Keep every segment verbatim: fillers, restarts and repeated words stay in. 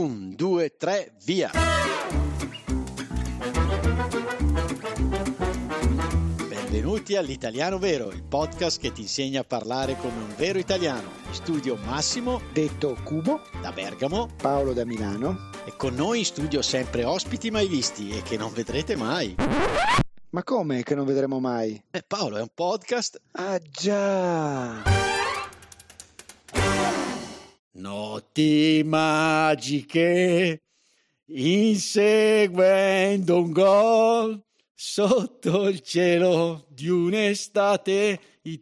Un, due, tre, via! Benvenuti all'Italiano Vero, il podcast che ti insegna a parlare come un vero italiano. In studio Massimo, detto Cubo, da Bergamo, Paolo da Milano. E con noi in studio sempre ospiti mai visti e che non vedrete mai. Ma come che non vedremo mai? Eh, Paolo, è un podcast. Ah già! Notti magiche, inseguendo un gol, sotto il cielo di un'estate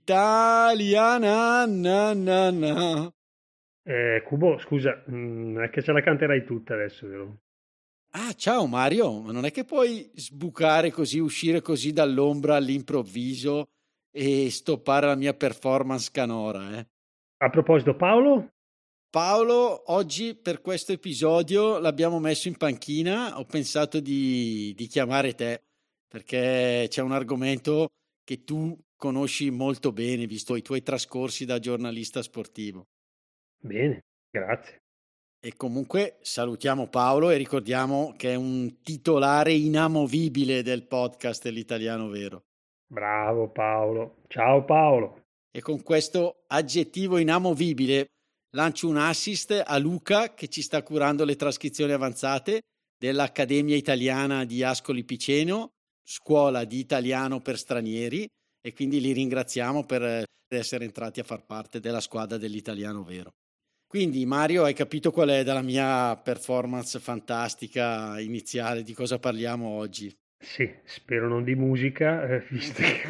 italiana. Na, na, na. Eh, Cubo, scusa, non è che ce la canterai tutta adesso, vero? Ah, ciao Mario, ma non è che puoi sbucare così, uscire così dall'ombra all'improvviso e stoppare la mia performance canora, eh? A proposito, Paolo? Paolo, oggi per questo episodio l'abbiamo messo in panchina, ho pensato di, di chiamare te perché c'è un argomento che tu conosci molto bene, visto i tuoi trascorsi da giornalista sportivo. Bene, grazie. E comunque salutiamo Paolo e ricordiamo che è un titolare inamovibile del podcast L'Italiano Vero. Bravo Paolo, ciao Paolo. E con questo aggettivo inamovibile lancio un assist a Luca che ci sta curando le trascrizioni avanzate dell'Accademia Italiana di Ascoli Piceno, scuola di italiano per stranieri, e quindi li ringraziamo per essere entrati a far parte della squadra dell'Italiano Vero. Quindi Mario, hai capito qual è dalla mia performance fantastica iniziale di cosa parliamo oggi? Sì, spero non di musica, eh, visto che...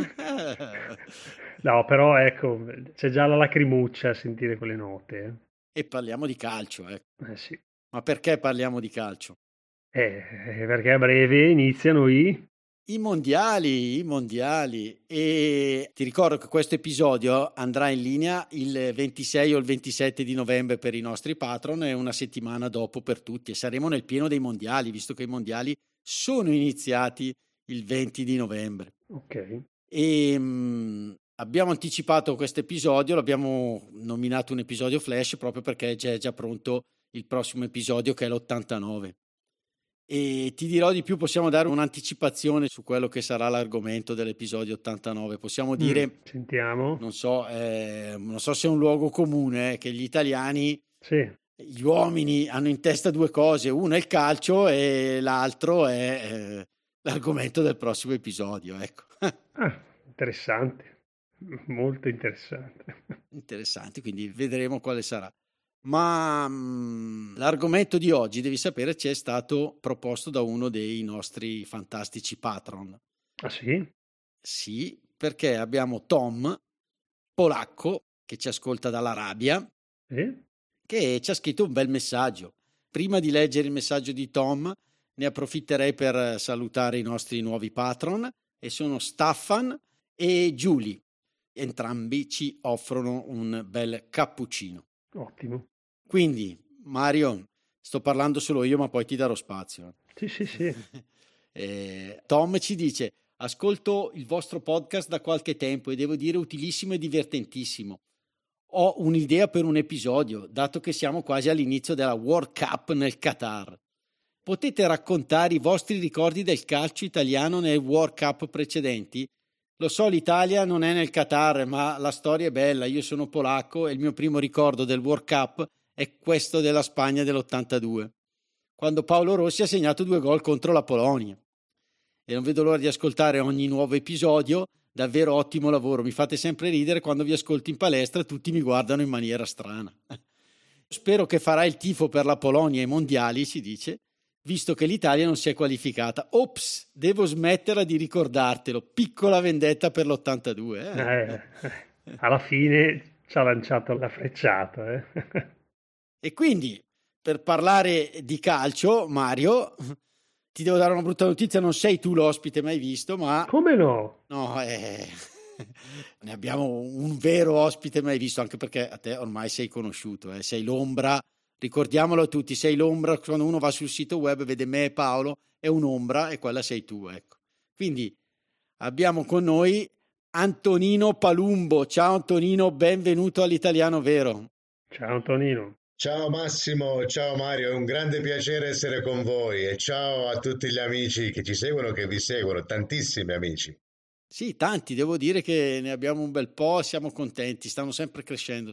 No, però ecco, c'è già la lacrimuccia a sentire quelle note. Eh. E parliamo di calcio, eh. Eh sì. Ma perché parliamo di calcio? Eh, perché a breve iniziano i... I mondiali, i mondiali. E ti ricordo che questo episodio andrà in linea il ventisei o il ventisette di novembre per i nostri patron e una settimana dopo per tutti. E saremo nel pieno dei mondiali, visto che i mondiali sono iniziati il venti di novembre. Ok. E mh, abbiamo anticipato questo episodio, l'abbiamo nominato un episodio flash proprio perché è già, è già pronto il prossimo episodio che è l'ottantanove. E ti dirò di più, possiamo dare un'anticipazione su quello che sarà l'argomento dell'episodio ottantanove. Possiamo dire, mm, sentiamo. Non so, eh, non so se è un luogo comune, eh, che gli italiani, sì. Gli uomini hanno in testa due cose, uno è il calcio e l'altro è eh, l'argomento del prossimo episodio, ecco. Ah, interessante, molto interessante. Interessante, quindi vedremo quale sarà. Ma mh, l'argomento di oggi, devi sapere, ci è stato proposto da uno dei nostri fantastici patron. Ah sì? Sì, perché abbiamo Tom, polacco, che ci ascolta dall'Arabia, Eh? che ci ha scritto un bel messaggio. Prima di leggere il messaggio di Tom, ne approfitterei per salutare i nostri nuovi patron, e sono Staffan e Giulia. Entrambi ci offrono un bel cappuccino. Ottimo. Quindi, Mario, sto parlando solo io, ma poi ti darò spazio. Sì, sì, sì. eh, Tom ci dice: ascolto il vostro podcast da qualche tempo e devo dire utilissimo e divertentissimo. Ho un'idea per un episodio, dato che siamo quasi all'inizio della World Cup nel Qatar. Potete raccontare i vostri ricordi del calcio italiano nei World Cup precedenti? Lo so, l'Italia non è nel Qatar, ma la storia è bella. Io sono polacco e il mio primo ricordo del World Cup è questo della Spagna dell'ottantadue, quando Paolo Rossi ha segnato due gol contro la Polonia. E non vedo l'ora di ascoltare ogni nuovo episodio. Davvero ottimo lavoro, mi fate sempre ridere quando vi ascolto in palestra, tutti mi guardano in maniera strana. Spero che farai il tifo per la Polonia ai mondiali, ci dice, visto che l'Italia non si è qualificata. Ops, devo smetterla di ricordartelo, piccola vendetta per l'ottantadue. Eh? Eh, alla fine ci ha lanciato la frecciata. Eh. E quindi, per parlare di calcio, Mario, ti devo dare una brutta notizia, non sei tu l'ospite mai visto, ma... Come no? No, eh... ne abbiamo un vero ospite mai visto, anche perché a te ormai sei conosciuto, eh? Sei l'ombra, ricordiamolo a tutti, sei l'ombra, quando uno va sul sito web vede me e Paolo, è un'ombra e quella sei tu, ecco. Quindi abbiamo con noi Antonino Palumbo. Ciao Antonino, benvenuto all'Italiano Vero. Ciao Antonino. Ciao Massimo, ciao Mario, è un grande piacere essere con voi e ciao a tutti gli amici che ci seguono, che vi seguono, tantissimi amici. Sì, tanti, devo dire che ne abbiamo un bel po', siamo contenti, stanno sempre crescendo.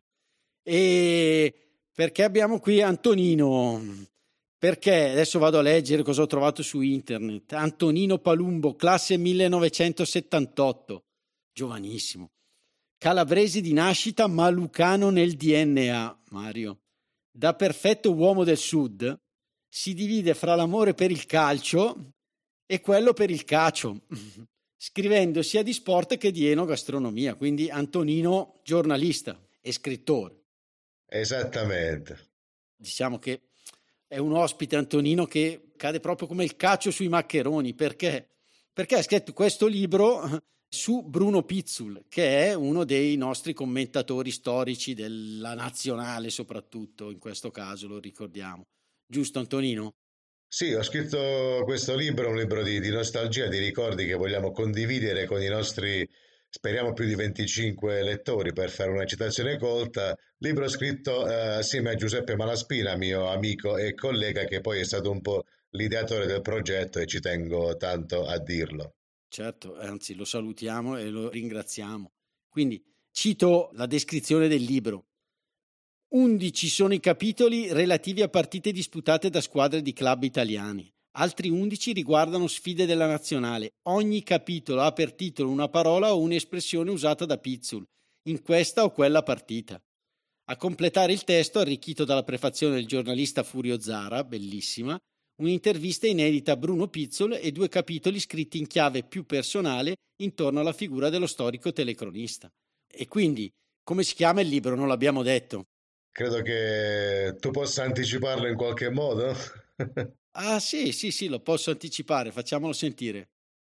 E perché abbiamo qui Antonino? Perché adesso vado a leggere cosa ho trovato su internet. Antonino Palumbo, classe millenovecentosettantotto, giovanissimo. Calabrese di nascita, ma lucano nel D N A, Mario. Da perfetto uomo del sud, si divide fra l'amore per il calcio e quello per il cacio, scrivendo sia di sport che di enogastronomia. Quindi Antonino, giornalista e scrittore. Esattamente. Diciamo che è un ospite, Antonino, che cade proprio come il cacio sui maccheroni. Perché? Perché ha scritto questo libro su Bruno Pizzul, che è uno dei nostri commentatori storici della nazionale, soprattutto in questo caso, lo ricordiamo. Giusto, Antonino? Sì, ho scritto questo libro, un libro di, di nostalgia, di ricordi che vogliamo condividere con i nostri, speriamo più di venticinque lettori per fare una citazione colta. Libro scritto eh, assieme a Giuseppe Malaspina, mio amico e collega, che poi è stato un po' l'ideatore del progetto e ci tengo tanto a dirlo. Certo, anzi lo salutiamo e lo ringraziamo. Quindi cito la descrizione del libro. undici sono i capitoli relativi a partite disputate da squadre di club italiani. Altri undici riguardano sfide della nazionale. Ogni capitolo ha per titolo una parola o un'espressione usata da Pizzul in questa o quella partita. A completare il testo, arricchito dalla prefazione del giornalista Furio Zara, bellissima, un'intervista inedita a Bruno Pizzul e due capitoli scritti in chiave più personale intorno alla figura dello storico telecronista. E quindi, come si chiama il libro? Non l'abbiamo detto. Credo che tu possa anticiparlo in qualche modo. Ah sì, sì, sì, lo posso anticipare, facciamolo sentire.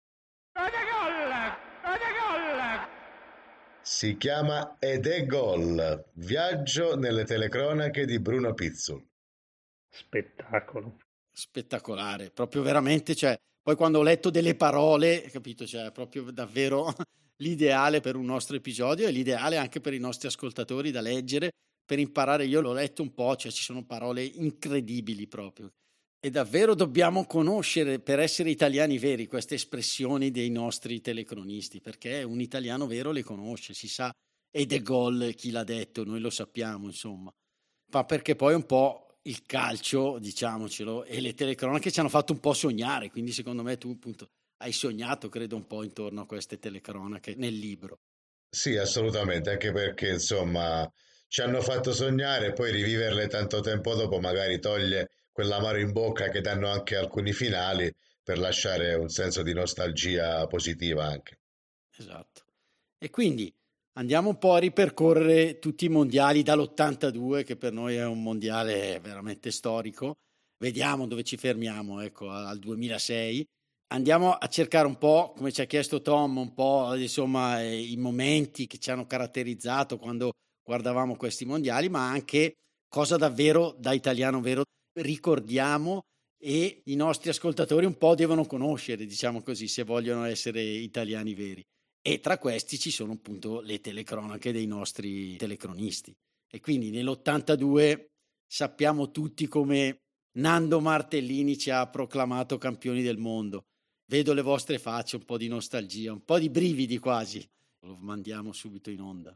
Si chiama Ed è Gol, viaggio nelle telecronache di Bruno Pizzul. Spettacolo. Spettacolare, proprio veramente, cioè, poi quando ho letto delle parole, capito, cioè, proprio davvero l'ideale per un nostro episodio e l'ideale anche per i nostri ascoltatori da leggere, per imparare. Io l'ho letto un po', cioè ci sono parole incredibili proprio. E davvero dobbiamo conoscere, per essere italiani veri, queste espressioni dei nostri telecronisti, perché un italiano vero le conosce, si sa, ed è gol chi l'ha detto, noi lo sappiamo, insomma. Ma perché poi un po' il calcio, diciamocelo, e le telecronache ci hanno fatto un po' sognare, quindi secondo me tu appunto hai sognato, credo, un po' intorno a queste telecronache nel libro. Sì, assolutamente, anche perché insomma ci hanno fatto sognare e poi riviverle tanto tempo dopo magari toglie quell'amaro in bocca che danno anche alcuni finali per lasciare un senso di nostalgia positiva anche. Esatto. E quindi andiamo un po' a ripercorrere tutti i mondiali dall'ottantadue, che per noi è un mondiale veramente storico. Vediamo dove ci fermiamo, ecco, al duemilasei. Andiamo a cercare un po', come ci ha chiesto Tom, un po' insomma eh, i momenti che ci hanno caratterizzato quando guardavamo questi mondiali, ma anche cosa davvero da italiano vero ricordiamo e i nostri ascoltatori un po' devono conoscere, diciamo così, se vogliono essere italiani veri. E tra questi ci sono appunto le telecronache dei nostri telecronisti. E quindi nell'ottantadue sappiamo tutti come Nando Martellini ci ha proclamato campioni del mondo. Vedo le vostre facce, un po' di nostalgia, un po' di brividi quasi. Lo mandiamo subito in onda.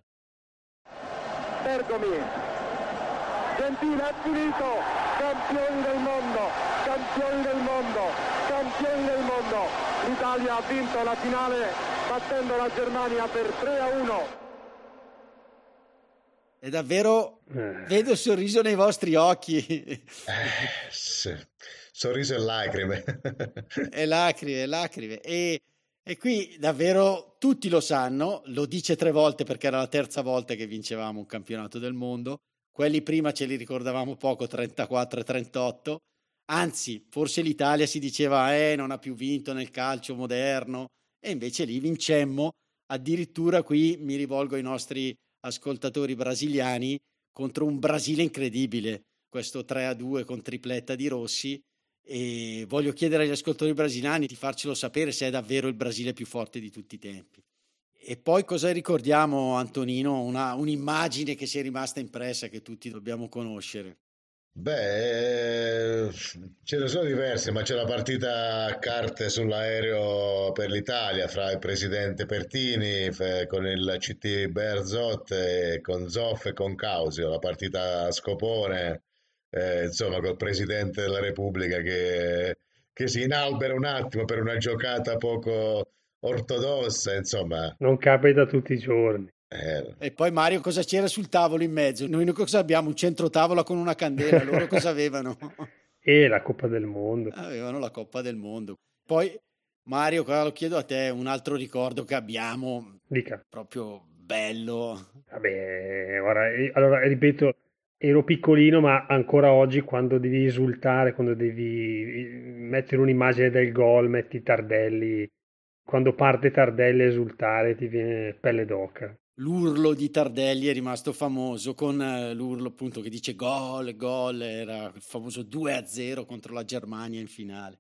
Bergomi, Gentile ha finito, campioni del mondo, campioni del mondo, campioni del mondo. L'Italia ha vinto la finale battendo la Germania per tre a uno. È davvero, vedo il sorriso nei vostri occhi. Eh, sì. Sorriso e lacrime. E lacrime, lacrime. E, e qui davvero tutti lo sanno, lo dice tre volte perché era la terza volta che vincevamo un campionato del mondo. Quelli prima ce li ricordavamo poco, trentaquattro e trentotto. Anzi, forse l'Italia si diceva, eh, non ha più vinto nel calcio moderno. E invece lì vincemmo. Addirittura qui mi rivolgo ai nostri ascoltatori brasiliani, contro un Brasile incredibile, questo tre a due con tripletta di Rossi, e voglio chiedere agli ascoltatori brasiliani di farcelo sapere se è davvero il Brasile più forte di tutti i tempi. E poi cosa ricordiamo, Antonino? Una, un'immagine che si è rimasta impressa, che tutti dobbiamo conoscere. Beh, ce ne sono diverse, ma c'è la partita a carte sull'aereo per l'Italia fra il presidente Pertini fe- con il C T Bearzot e con Zoff e con Causio, la partita a scopone, eh, insomma, col presidente della Repubblica che, che si inaugura un attimo per una giocata poco ortodossa, insomma. Non capita tutti i giorni. eh, E poi Mario, cosa c'era sul tavolo in mezzo? Noi cosa abbiamo? Un centrotavola con una candela, loro cosa avevano? E la Coppa del Mondo. Avevano la Coppa del Mondo. Poi Mario, qua lo chiedo a te, un altro ricordo che abbiamo, Dica. proprio bello. Vabbè, ora, eh, allora ripeto, ero piccolino, ma ancora oggi quando devi esultare, quando devi eh, mettere un'immagine del gol, metti Tardelli, quando parte Tardelli a esultare ti viene pelle d'oca. L'urlo di Tardelli è rimasto famoso con eh, l'urlo appunto che dice gol, gol, era il famoso due a zero contro la Germania in finale.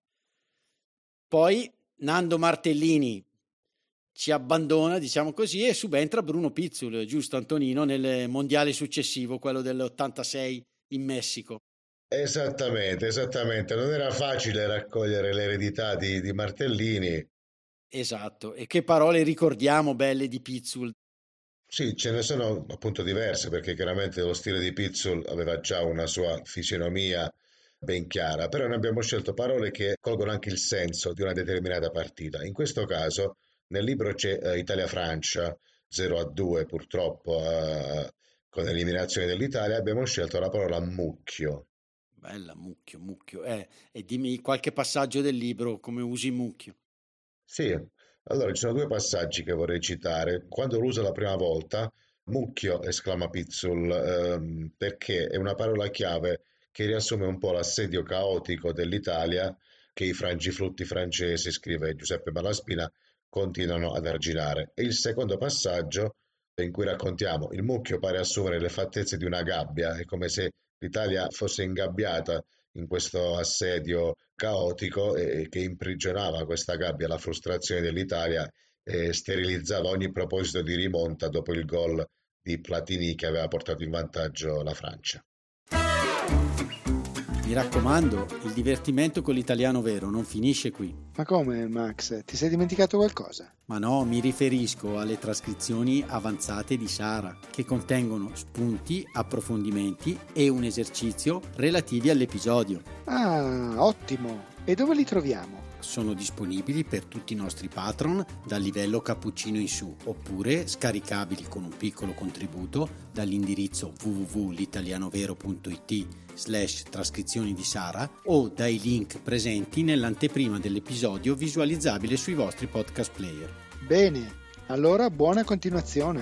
Poi Nando Martellini ci abbandona, diciamo così, e subentra Bruno Pizzul, giusto Antonino, nel mondiale successivo, quello dell'ottantasei in Messico. Esattamente, esattamente. Non era facile raccogliere l'eredità di, di Martellini. Esatto, e che parole ricordiamo belle di Pizzul. Sì, ce ne sono appunto diverse perché chiaramente lo stile di Pizzul aveva già una sua fisionomia ben chiara, però noi abbiamo scelto parole che colgono anche il senso di una determinata partita. In questo caso nel libro c'è eh, Italia-Francia zero a due purtroppo eh, con l'eliminazione dell'Italia, abbiamo scelto la parola mucchio. Bella, mucchio, mucchio. Eh, e dimmi qualche passaggio del libro come usi mucchio. Sì, allora ci sono due passaggi che vorrei citare. Quando lo usa la prima volta, mucchio, esclama Pizzul, ehm, perché è una parola chiave che riassume un po' l'assedio caotico dell'Italia che i frangiflutti francesi, scrive Giuseppe Malaspina, continuano ad arginare. E il secondo passaggio, in cui raccontiamo il mucchio pare assumere le fattezze di una gabbia, è come se l'Italia fosse ingabbiata in questo assedio caotico e che imprigionava questa gabbia la frustrazione dell'Italia e sterilizzava ogni proposito di rimonta dopo il gol di Platini che aveva portato in vantaggio la Francia. Mi raccomando, il divertimento con l'italiano vero non finisce qui. Ma come, Max? Ti sei dimenticato qualcosa? Ma no, mi riferisco alle trascrizioni avanzate di Sara, che contengono spunti, approfondimenti e un esercizio relativi all'episodio. Ah, ottimo! E dove li troviamo? Sono disponibili per tutti i nostri patron dal livello cappuccino in su, oppure scaricabili con un piccolo contributo dall'indirizzo w w w punto l'italianovero punto i t slash trascrizioni di Sara o dai link presenti nell'anteprima dell'episodio visualizzabile sui vostri podcast player. Bene, allora buona continuazione.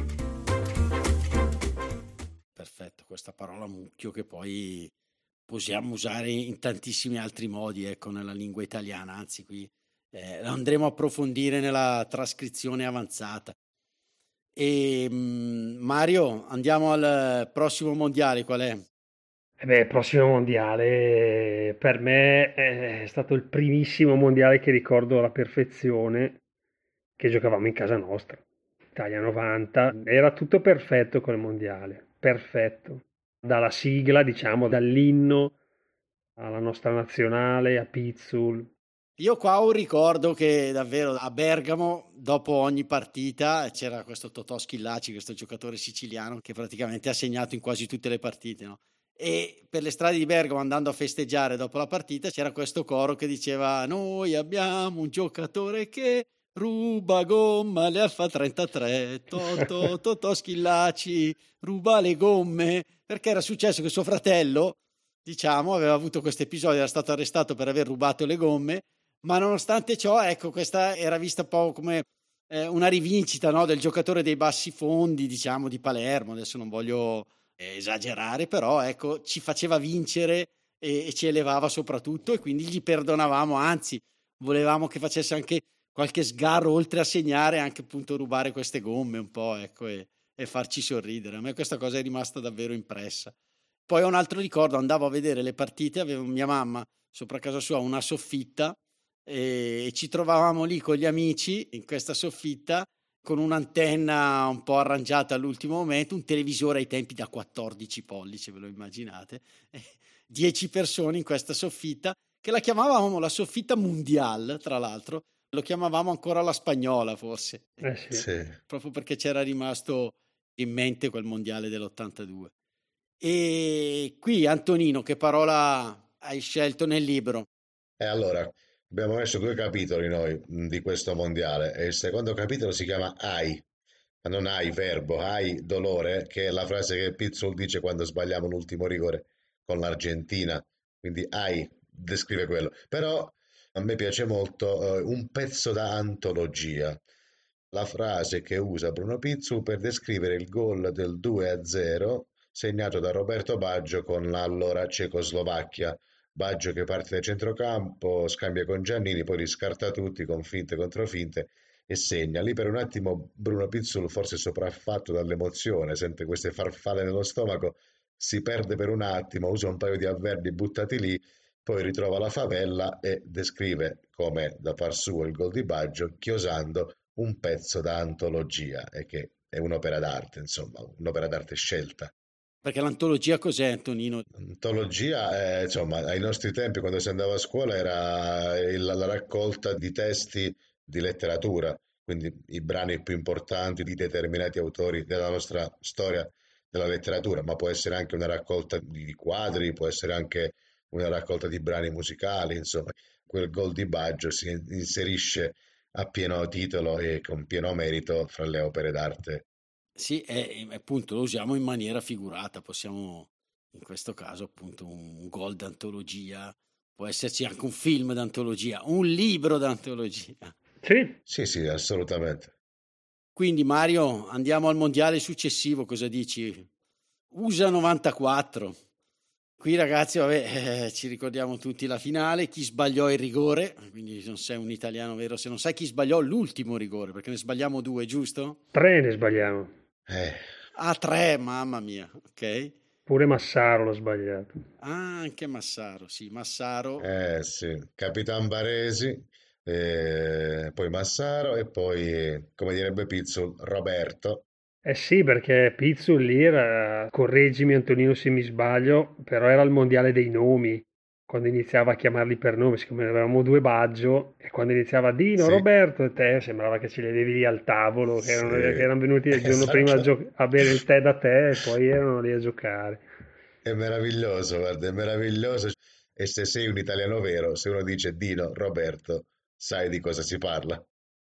Perfetto, questa parola mucchio che poi possiamo usare in tantissimi altri modi, ecco, nella lingua italiana, anzi qui eh, lo andremo a approfondire nella trascrizione avanzata. E mh, Mario, andiamo al prossimo mondiale, qual è? Eh beh, prossimo mondiale per me è stato il primissimo mondiale che ricordo alla perfezione, che giocavamo in casa nostra, Italia novanta, era tutto perfetto quel mondiale, perfetto. Dalla sigla, diciamo, dall'inno alla nostra nazionale, a Pizzul. Io qua ho un ricordo che davvero a Bergamo, dopo ogni partita, c'era questo Totò Schillaci, questo giocatore siciliano che praticamente ha segnato in quasi tutte le partite, no? E per le strade di Bergamo, andando a festeggiare dopo la partita, c'era questo coro che diceva: noi abbiamo un giocatore che ruba gomma le Alfa trentatré, Totò, Totò Schillaci ruba le gomme, perché era successo che suo fratello, diciamo, aveva avuto questo episodio, era stato arrestato per aver rubato le gomme, ma nonostante ciò, ecco, questa era vista un po' come eh, una rivincita, no, del giocatore dei bassi fondi, diciamo, di Palermo. Adesso non voglio eh, esagerare, però ecco, ci faceva vincere e, e ci elevava soprattutto, e quindi gli perdonavamo, anzi volevamo che facesse anche qualche sgarro, oltre a segnare, anche appunto rubare queste gomme un po', ecco, e, e farci sorridere. A me questa cosa è rimasta davvero impressa. Poi ho un altro ricordo, andavo a vedere le partite, avevo mia mamma sopra casa sua una soffitta e ci trovavamo lì con gli amici in questa soffitta con un'antenna un po' arrangiata all'ultimo momento, un televisore ai tempi da quattordici pollici, ve lo immaginate, dieci persone in questa soffitta, che la chiamavamo la soffitta mondiale, tra l'altro, lo chiamavamo ancora la spagnola forse, Eh sì. Sì. proprio perché c'era rimasto in mente quel mondiale dell'ottantadue. E qui, Antonino, che parola hai scelto nel libro? E allora, abbiamo messo due capitoli noi mh, di questo mondiale e il secondo capitolo si chiama Ai, ma non hai verbo, hai dolore, che è la frase che Pizzol dice quando sbagliamo l'ultimo rigore con l'Argentina, quindi ai descrive quello. Però a me piace molto eh, un pezzo da antologia, la frase che usa Bruno Pizzul per descrivere il gol del due a zero segnato da Roberto Baggio con l'allora Cecoslovacchia. Baggio che parte da centrocampo, scambia con Giannini, poi li scarta tutti con finte contro finte e segna. Lì per un attimo Bruno Pizzul, forse sopraffatto dall'emozione, sente queste farfalle nello stomaco, si perde per un attimo, usa un paio di avverbi buttati lì, poi ritrova la favella e descrive, come da par suo il gol di Baggio, chiosando un pezzo da antologia, e che è un'opera d'arte, insomma, un'opera d'arte scelta. Perché l'antologia cos'è, Antonino? Antologia, eh, insomma, ai nostri tempi, quando si andava a scuola, era il- la raccolta di testi di letteratura, quindi i brani più importanti di determinati autori della nostra storia della letteratura, ma può essere anche una raccolta di quadri, può essere anche una raccolta di brani musicali, insomma, quel gol di Baggio si inserisce a pieno titolo e con pieno merito fra le opere d'arte. Sì, è, è appunto lo usiamo in maniera figurata, possiamo in questo caso appunto un gol d'antologia, può esserci anche un film d'antologia, un libro d'antologia. Sì, Sì, sì, assolutamente. Quindi Mario, andiamo al mondiale successivo, cosa dici? U S A novantaquattro. Qui ragazzi, vabbè, eh, ci ricordiamo tutti la finale, chi sbagliò il rigore, quindi non sei un italiano vero se non sai chi sbagliò l'ultimo rigore, perché ne sbagliamo due, giusto? tre ne sbagliamo. Eh, Ah, tre, mamma mia, ok. Pure Massaro l'ha sbagliato. Ah, anche Massaro, sì, Massaro. eh sì, Capitan Baresi, eh, poi Massaro e poi, come direbbe Pizzul, Roberto. Eh sì, perché Pizzul lì era, correggimi Antonino se mi sbaglio, però era il mondiale dei nomi, quando iniziava a chiamarli per nome, siccome avevamo due Baggio, e quando iniziava Dino, Sì, Roberto e te, sembrava che ce li avevi lì al tavolo, che erano, che sì, erano venuti il giorno prima a, esatto. gio- a bere il tè da te e poi erano lì a giocare. È meraviglioso, guarda, è meraviglioso. E se sei un italiano vero, se uno dice Dino, Roberto, sai di cosa si parla.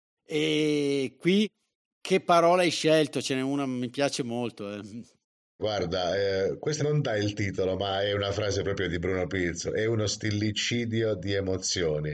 E qui che parola hai scelto? Ce n'è una, mi piace molto. Eh. Guarda, eh, questo non dà il titolo, ma è una frase proprio di Bruno Pizzo, è uno stillicidio di emozioni,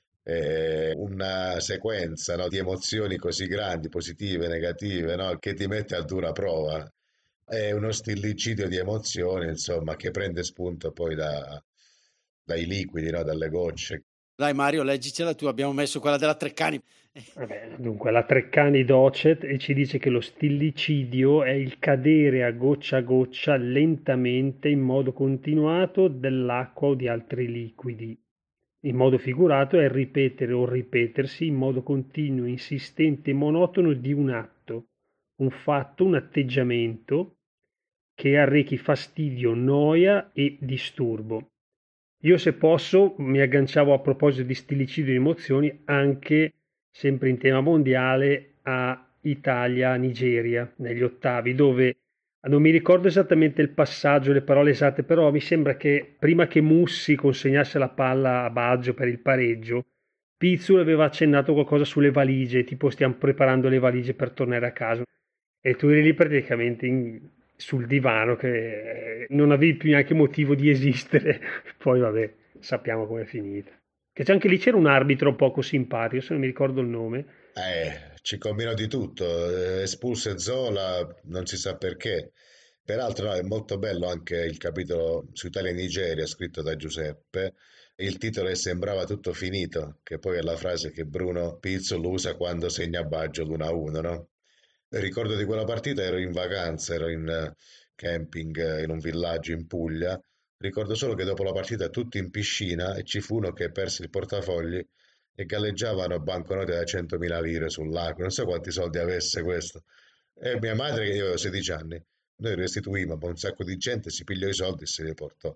è una sequenza, no, di emozioni così grandi, positive, negative, no, che ti mette a dura prova. È uno stillicidio di emozioni, insomma, che prende spunto poi da- dai liquidi, no, dalle gocce. Dai Mario, leggicela tu, abbiamo messo quella della Treccani. Vabbè, dunque, la Treccani docet e ci dice che lo stillicidio è il cadere a goccia a goccia lentamente in modo continuato dell'acqua o di altri liquidi. In modo figurato è il ripetere o ripetersi in modo continuo, insistente e monotono di un atto, un fatto, un atteggiamento che arrechi fastidio, noia e disturbo. Io, se posso, mi agganciavo a proposito di stillicidio di emozioni anche sempre in tema mondiale a Italia-Nigeria negli ottavi, dove non mi ricordo esattamente il passaggio, le parole esatte, però mi sembra che prima che Mussi consegnasse la palla a Baggio per il pareggio, Pizzul aveva accennato qualcosa sulle valigie, tipo stiamo preparando le valigie per tornare a casa. E tu eri lì praticamente in- sul divano che eh, non avevi più neanche motivo di esistere. Poi vabbè, sappiamo com'è finita. Che c'è anche lì c'era un arbitro poco simpatico, se non mi ricordo il nome. Eh, ci combinò di tutto, eh, espulse Zola, non si sa perché. Peraltro, no, è molto bello anche il capitolo su Italia e Nigeria scritto da Giuseppe. Il titolo è Sembrava tutto finito, che poi è la frase che Bruno Pizzo lo usa quando segna Baggio l'uno a uno, no? E ricordo di quella partita, ero in vacanza, ero in eh, camping eh, in un villaggio in Puglia. Ricordo solo che dopo la partita tutti in piscina e ci fu uno che perse il portafogli e galleggiavano banconote da centomila lire sull'acqua, non so quanti soldi avesse questo. E mia madre, che io avevo sedici anni, noi restituimmo, ma un sacco di gente si pigliò i soldi e se li portò.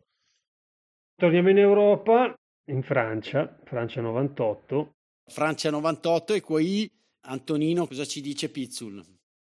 Torniamo in Europa, in Francia, Francia novantotto. Francia novantotto, e qui Antonino cosa ci dice Pizzul?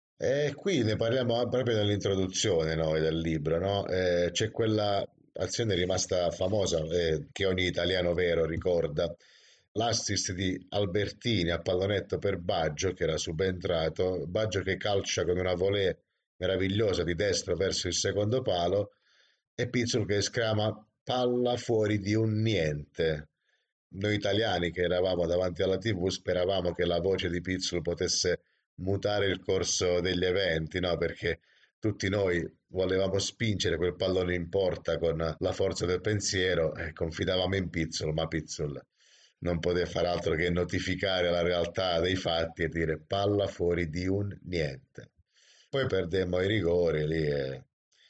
E qui ne parliamo proprio nell'introduzione, no, del libro, no? Eh, c'è quella azione rimasta famosa, eh, che ogni italiano vero ricorda, l'assist di Albertini a pallonetto per Baggio, che era subentrato, Baggio che calcia con una volée meravigliosa di destro verso il secondo palo, e Pizzul che esclama palla fuori di un niente. Noi italiani che eravamo davanti alla tivù speravamo che la voce di Pizzul potesse mutare il corso degli eventi, no? Perché tutti noi volevamo spingere quel pallone in porta con la forza del pensiero e confidavamo in Pizzul, ma Pizzul non poteva fare altro che notificare la realtà dei fatti e dire palla fuori di un niente. Poi perdemmo i rigori lì e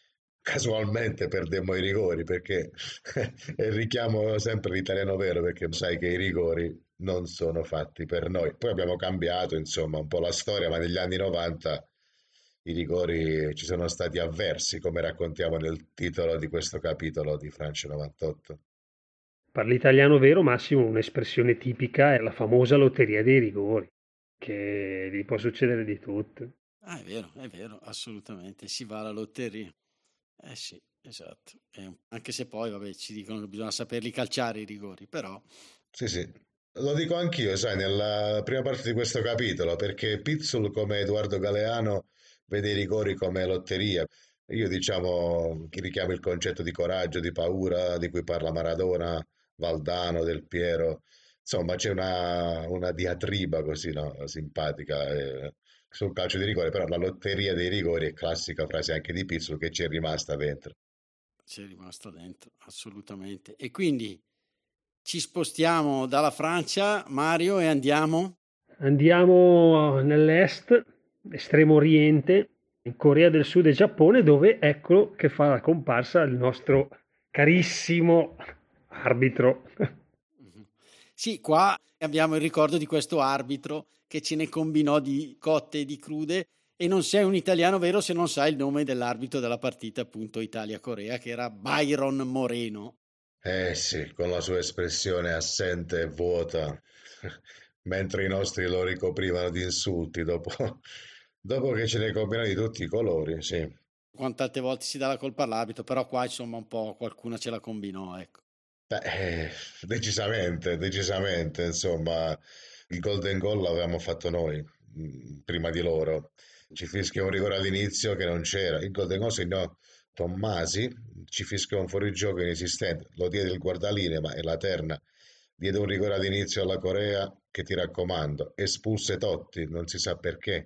casualmente perdemmo i rigori perché e richiamo sempre l'italiano vero perché sai che i rigori non sono fatti per noi. Poi abbiamo cambiato insomma un po' la storia, ma negli anni novanta i rigori ci sono stati avversi, come raccontiamo nel titolo di questo capitolo di Francia novantotto. Per l'italiano vero, Massimo, un'espressione tipica è la famosa lotteria dei rigori, che gli può succedere di tutto. Ah, è vero, è vero, assolutamente, si va alla lotteria. Eh sì, esatto. Eh, anche se poi, vabbè, ci dicono che bisogna saperli calciare i rigori, però... Sì, sì. Lo dico anch'io, sai, nella prima parte di questo capitolo, perché Pizzul, come Edoardo Galeano, vede i rigori come lotteria. Io, diciamo, che richiamo il concetto di coraggio, di paura, di cui parla Maradona, Valdano, Del Piero. Insomma, c'è una, una diatriba così, no? Simpatica eh, sul calcio di rigore, però la lotteria dei rigori è classica frase anche di Pizzul che ci è rimasta dentro. Ci è rimasta dentro, assolutamente. E quindi ci spostiamo dalla Francia, Mario, e andiamo? Andiamo nell'est, estremo oriente, in Corea del Sud e Giappone, dove ecco che fa la comparsa il nostro carissimo arbitro. Sì, qua abbiamo il ricordo di questo arbitro che ce ne combinò di cotte e di crude, e non sei un italiano vero se non sai il nome dell'arbitro della partita, appunto Italia-Corea, che era Byron Moreno. Eh sì, con la sua espressione assente e vuota, mentre i nostri lo ricoprivano di insulti dopo, dopo che ce ne combinano di tutti i colori, sì. Quante volte si dà la colpa all'arbitro, però qua insomma un po' qualcuna ce la combinò, ecco. Beh, eh, decisamente, decisamente, insomma, il golden goal l'avevamo fatto noi, mh, prima di loro. Ci fischiò un rigore all'inizio che non c'era, il golden goal segnò Tommasi, ci fischiò un fuorigioco inesistente, lo diede il guardalinee, ma è la terna. Diede un rigore all'inizio alla Corea che ti raccomando, espulse Totti, non si sa perché.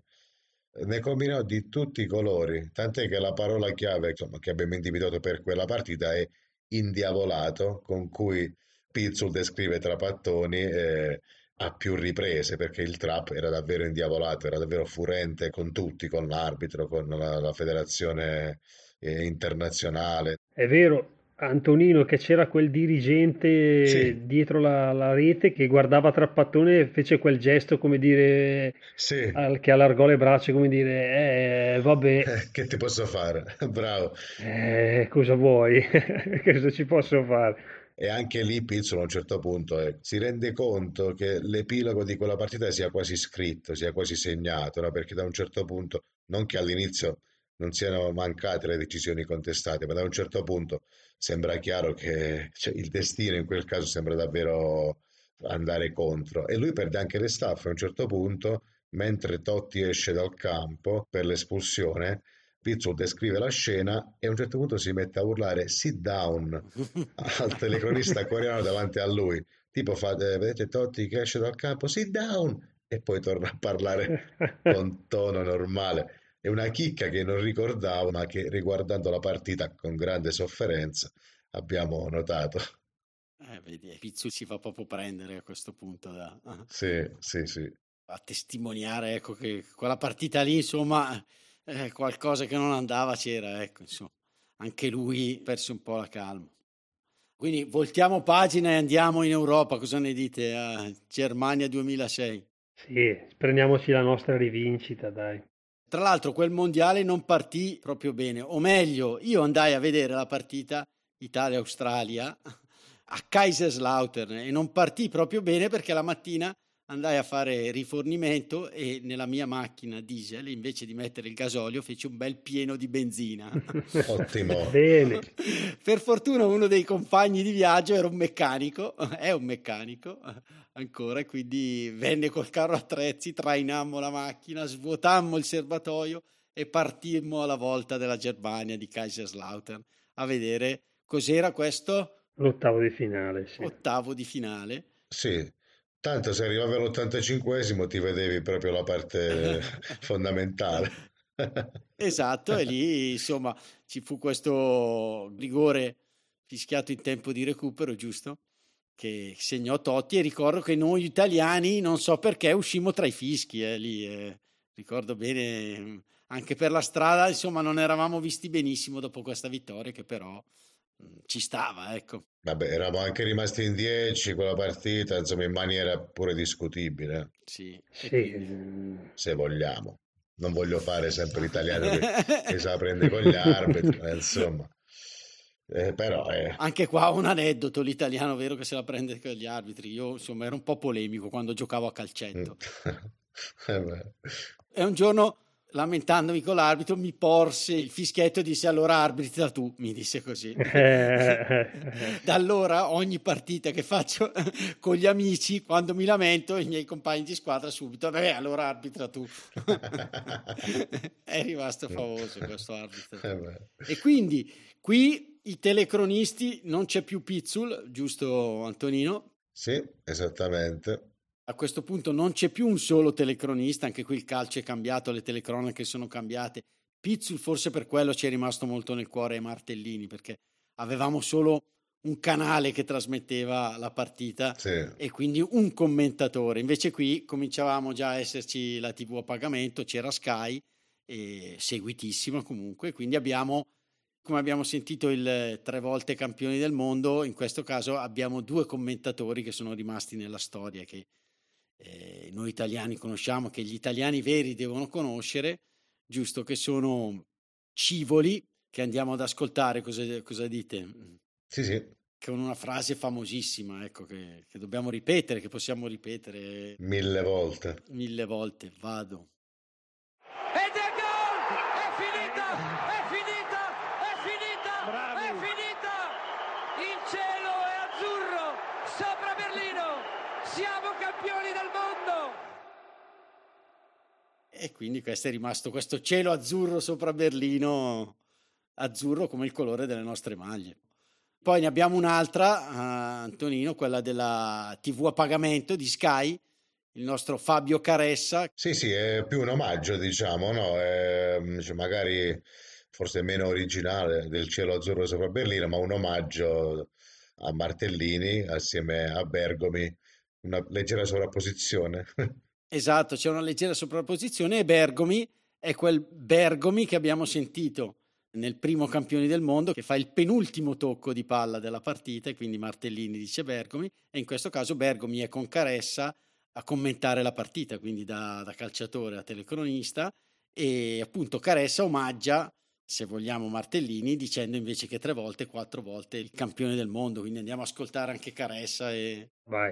Ne combinò di tutti i colori, tant'è che la parola chiave, insomma, che abbiamo individuato per quella partita è indiavolato, con cui Pizzul descrive Trapattoni eh, a più riprese, perché il trap era davvero indiavolato, era davvero furente con tutti, con l'arbitro, con la, la federazione eh, internazionale. È vero, Antonino, che c'era quel dirigente Sì, dietro la, la rete che guardava Trapattone e fece quel gesto, come dire, sì, al- che allargò le braccia, come dire, eh, vabbè, eh, che ti posso fare? Bravo. eh, cosa vuoi? Cosa ci posso fare? E anche lì Pizzolo a un certo punto eh, si rende conto che l'epilogo di quella partita sia quasi scritto, sia quasi segnato, no? Perché da un certo punto, non che all'inizio non siano mancate le decisioni contestate, ma da un certo punto sembra chiaro che cioè, il destino in quel caso sembra davvero andare contro. E lui perde anche le staffe a un certo punto, mentre Totti esce dal campo per l'espulsione. Pizzol descrive la scena e a un certo punto si mette a urlare sit down al telecronista coreano davanti a lui, tipo fa, eh, vedete Totti che esce dal campo, sit down, e poi torna a parlare con tono normale. È una chicca che non ricordavo, ma che riguardando la partita con grande sofferenza abbiamo notato. Eh, vedi, Pizzul si fa proprio prendere a questo punto da, Sì, sì, sì. a testimoniare, ecco, che quella partita lì, insomma, eh, qualcosa che non andava c'era, ecco, insomma. Anche lui perse un po' la calma. Quindi voltiamo pagina e andiamo in Europa, cosa ne dite? A Germania duemilasei. Sì, prendiamoci la nostra rivincita, dai. Tra l'altro quel mondiale non partì proprio bene, o meglio, io andai a vedere la partita Italia-Australia a Kaiserslautern e non partì proprio bene perché la mattina andai a fare rifornimento e nella mia macchina diesel, invece di mettere il gasolio, feci un bel pieno di benzina. Ottimo. Bene. Per fortuna uno dei compagni di viaggio era un meccanico, è un meccanico ancora, e quindi venne col carro attrezzi, trainammo la macchina, svuotammo il serbatoio e partimmo alla volta della Germania di Kaiserslautern a vedere cos'era questo L'ottavo di finale, sì. ottavo di finale. Sì, tanto se arrivavi all'ottantacinquesimo ti vedevi proprio la parte fondamentale. Esatto, e lì insomma ci fu questo rigore fischiato in tempo di recupero, giusto? Che segnò Totti, e ricordo che noi italiani non so perché uscimmo tra i fischi, eh, lì, eh. Ricordo bene, anche per la strada insomma non eravamo visti benissimo dopo questa vittoria, che però mh, ci stava, ecco. Vabbè, eravamo anche rimasti in dieci quella partita, insomma, in maniera pure discutibile, Sì, e Sì, quindi- mm, se vogliamo. Non voglio fare sempre l'italiano che, che se la prende con gli arbitri, eh, insomma. Eh, però eh, Anche qua un aneddoto, l'italiano vero che se la prende con gli arbitri. Io insomma ero un po' polemico quando giocavo a calcetto. eh, beh. E un giorno, lamentandomi con l'arbitro, mi porse il fischietto e disse: allora arbitra tu, mi disse così. Da allora ogni partita che faccio con gli amici, quando mi lamento, i miei compagni di squadra subito: beh, allora arbitra tu. È rimasto famoso questo arbitro. Eh, beh. E quindi qui i telecronisti, non c'è più Pizzul, giusto Antonino? Sì, esattamente. A questo punto non c'è più un solo telecronista, anche qui il calcio è cambiato, le telecronache sono cambiate. Pizzul forse per quello ci è rimasto molto nel cuore, ai Martellini, perché avevamo solo un canale che trasmetteva la partita Sì. e quindi un commentatore. Invece qui cominciavamo già a esserci la tivù a pagamento, c'era Sky, e seguitissima comunque, quindi abbiamo, come abbiamo sentito, il tre volte campioni del mondo, in questo caso abbiamo due commentatori che sono rimasti nella storia, che eh, noi italiani conosciamo, che gli italiani veri devono conoscere, giusto, che sono Civoli, che andiamo ad ascoltare, cosa, cosa dite? Sì, sì, Con una frase famosissima, ecco, che, che dobbiamo ripetere, che possiamo ripetere mille volte. mille volte. Vado. Ed è gol! È finita! È finita! È finita! È finita! Il cielo è azzurro sopra Berlino! Siamo campioni del mondo! E quindi questo è rimasto, questo cielo azzurro sopra Berlino, azzurro come il colore delle nostre maglie. Poi ne abbiamo un'altra, uh, Antonino, quella della tivù a pagamento di Sky, il nostro Fabio Caressa. Sì, sì, è più un omaggio, diciamo, no? È, cioè, magari forse meno originale del cielo azzurro sopra Berlino, ma un omaggio a Martellini assieme a Bergomi, una leggera sovrapposizione. Esatto, c'è una leggera sovrapposizione e Bergomi è quel Bergomi che abbiamo sentito nel primo Campioni del Mondo, che fa il penultimo tocco di palla della partita, e quindi Martellini dice Bergomi, e in questo caso Bergomi è con Caressa a commentare la partita, quindi da, da calciatore a telecronista, e appunto Caressa omaggia, se vogliamo, Martellini, dicendo invece che tre volte, quattro volte il campione del mondo. Quindi andiamo a ascoltare anche Caressa e... Vai.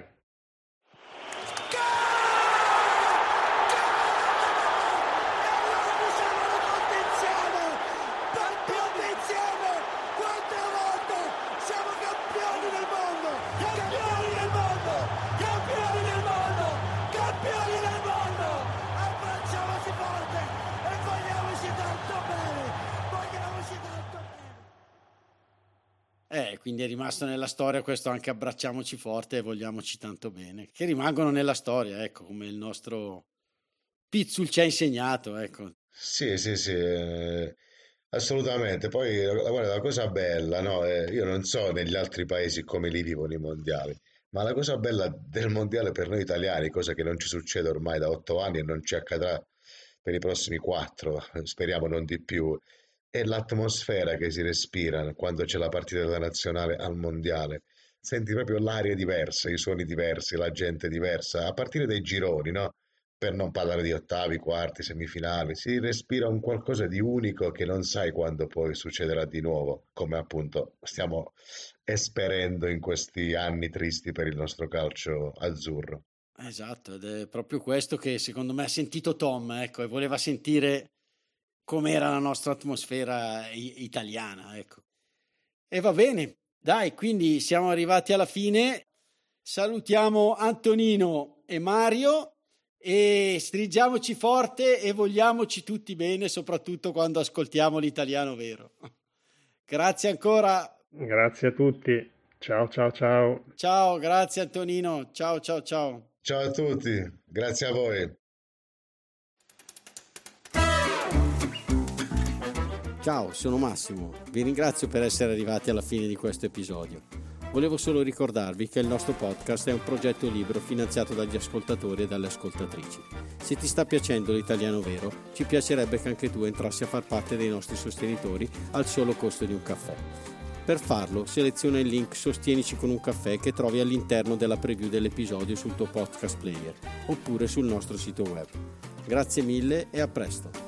Eh, quindi è rimasto nella storia questo anche abbracciamoci forte e vogliamoci tanto bene, che rimangono nella storia, ecco, come il nostro Pizzul ci ha insegnato, ecco. Sì, sì, sì, eh, assolutamente. Poi, eh, guarda, la cosa bella, no? eh, io non so negli altri paesi come li vivono i mondiali, ma la cosa bella del mondiale per noi italiani, cosa che non ci succede ormai da otto anni e non ci accadrà per i prossimi quattro, speriamo non di più, è l'atmosfera che si respira quando c'è la partita della nazionale al mondiale. Senti proprio l'aria diversa, i suoni diversi, la gente diversa, a partire dai gironi, no? Per non parlare di ottavi, quarti, semifinali, si respira un qualcosa di unico che non sai quando poi succederà di nuovo, come appunto stiamo esperendo in questi anni tristi per il nostro calcio azzurro. Esatto, ed è proprio questo che secondo me ha sentito Tom, ecco, e voleva sentire com'era la nostra atmosfera i- italiana, ecco. E va bene, dai, quindi siamo arrivati alla fine. Salutiamo Antonino e Mario e stringiamoci forte e vogliamoci tutti bene, soprattutto quando ascoltiamo l'italiano vero. Grazie ancora. Grazie a tutti. Ciao, ciao, ciao. Ciao, grazie Antonino. Ciao, ciao, ciao. Ciao a tutti, grazie a voi. Ciao, sono Massimo. Vi ringrazio per essere arrivati alla fine di questo episodio. Volevo solo ricordarvi che il nostro podcast è un progetto libero finanziato dagli ascoltatori e dalle ascoltatrici. Se ti sta piacendo l'italiano vero, ci piacerebbe che anche tu entrassi a far parte dei nostri sostenitori al solo costo di un caffè. Per farlo, seleziona il link Sostienici con un caffè che trovi all'interno della preview dell'episodio sul tuo podcast player oppure sul nostro sito web. Grazie mille e a presto!